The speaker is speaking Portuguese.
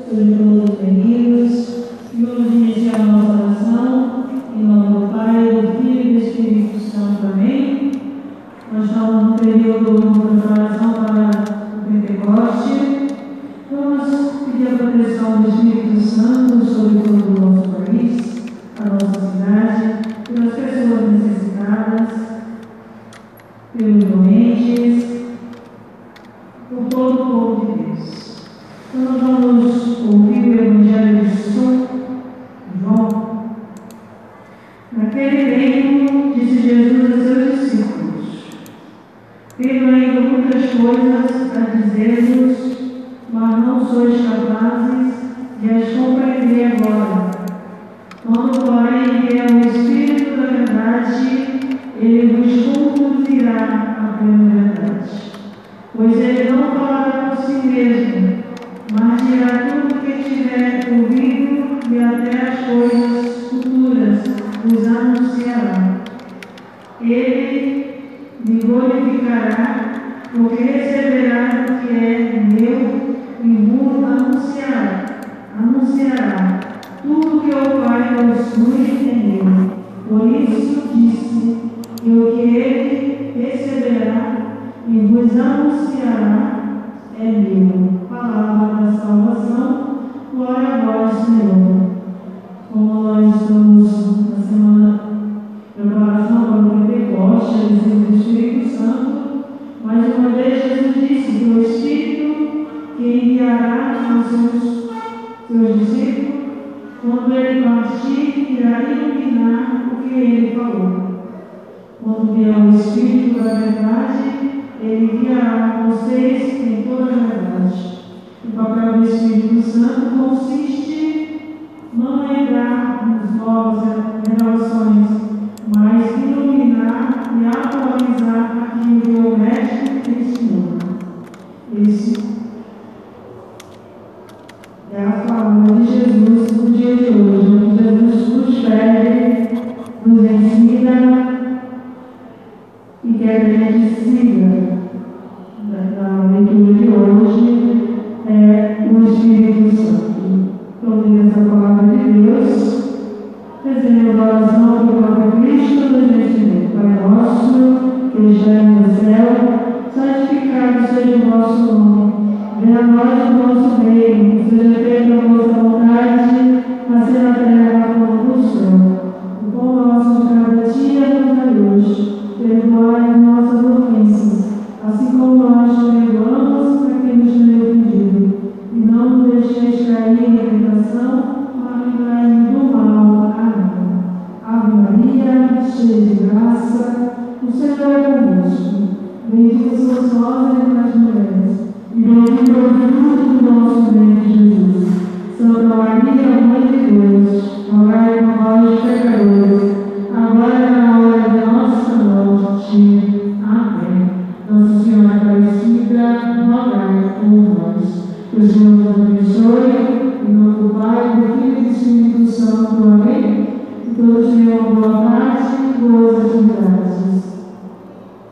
sobre todos os meninos. E vamos iniciar a nossa oração em nome do Pai, do Filho e do Espírito Santo. Amém? Nós estamos no período de preparação para o Pentecoste. Vamos pedir a proteção do Espírito Santo sobre todo o nosso país, a nossa cidade, pelas pessoas necessitadas, pelos doentes, por todo o povo de Deus. Então nós vamos ouvir o Evangelho de São João. Naquele tempo, disse Jesus a seus discípulos: tenho ainda muitas coisas a dizer-vos, mas não sois capazes de as compreender agora. Quando, porém, vier o Espírito da verdade, ele vos conduzirá à plena verdade. Pois ele não falará por si mesmo, mas dirá tudo o que tiver ouvido e até as coisas futuras vos anunciará. Ele me glorificará, porque receberá o que é meu e vos anunciará. Tudo que o Pai possui é meu. Por isso disse que o que ele receberá e vos anunciará é meu. Palavra da salvação. Glória a vós, Senhor. Como nós estamos na semana de preparação para o Pentecoste, a descida do Espírito Santo, mais uma vez Jesus disse que o Espírito que enviará aos seus discípulos, quando ele partir, irá iluminar o que ele falou. Quando vier o Espírito da verdade, ele guiará vocês em toda a verdade. O papel do Espírito Santo consiste não lembrar novas revelações, mas iluminar e atualizar aquilo que o Mestre ensinou. Esse é a palavra de Jesus no dia de hoje, onde Jesus nos pede, nos ensina e quer que a gente siga. Na leitura de hoje é o Espírito Santo. Então, essa palavra de Deus, fazendo a oração do próprio Cristo, nos ensina: Pai nosso, que estás no céu, santificado seja o vosso nome. Venha a nós o vosso reino, seja feita a vossa vontade, assim na terra como no céu. O pão nosso de cada dia nos dai hoje. Perdoai as nossas ofensas, assim como nós perdoamos a quem nos tem ofendido. E não nos deixeis cair em tentação, mas livrai-nos do mal. Amém. Ave Maria, cheia de graça, o Senhor é convosco. Bendita sois vós entre as mulheres, e bendito é o fruto do nosso ventre, Jesus. Santa Maria, Mãe de Deus, rogai por nós, pecadores, agora e na hora de nossa morte. Amém. Nossa Senhora Aparecida, rogai por nós. Que o Senhor nos abençoe, em nome do Pai, do Filho e do Espírito Santo.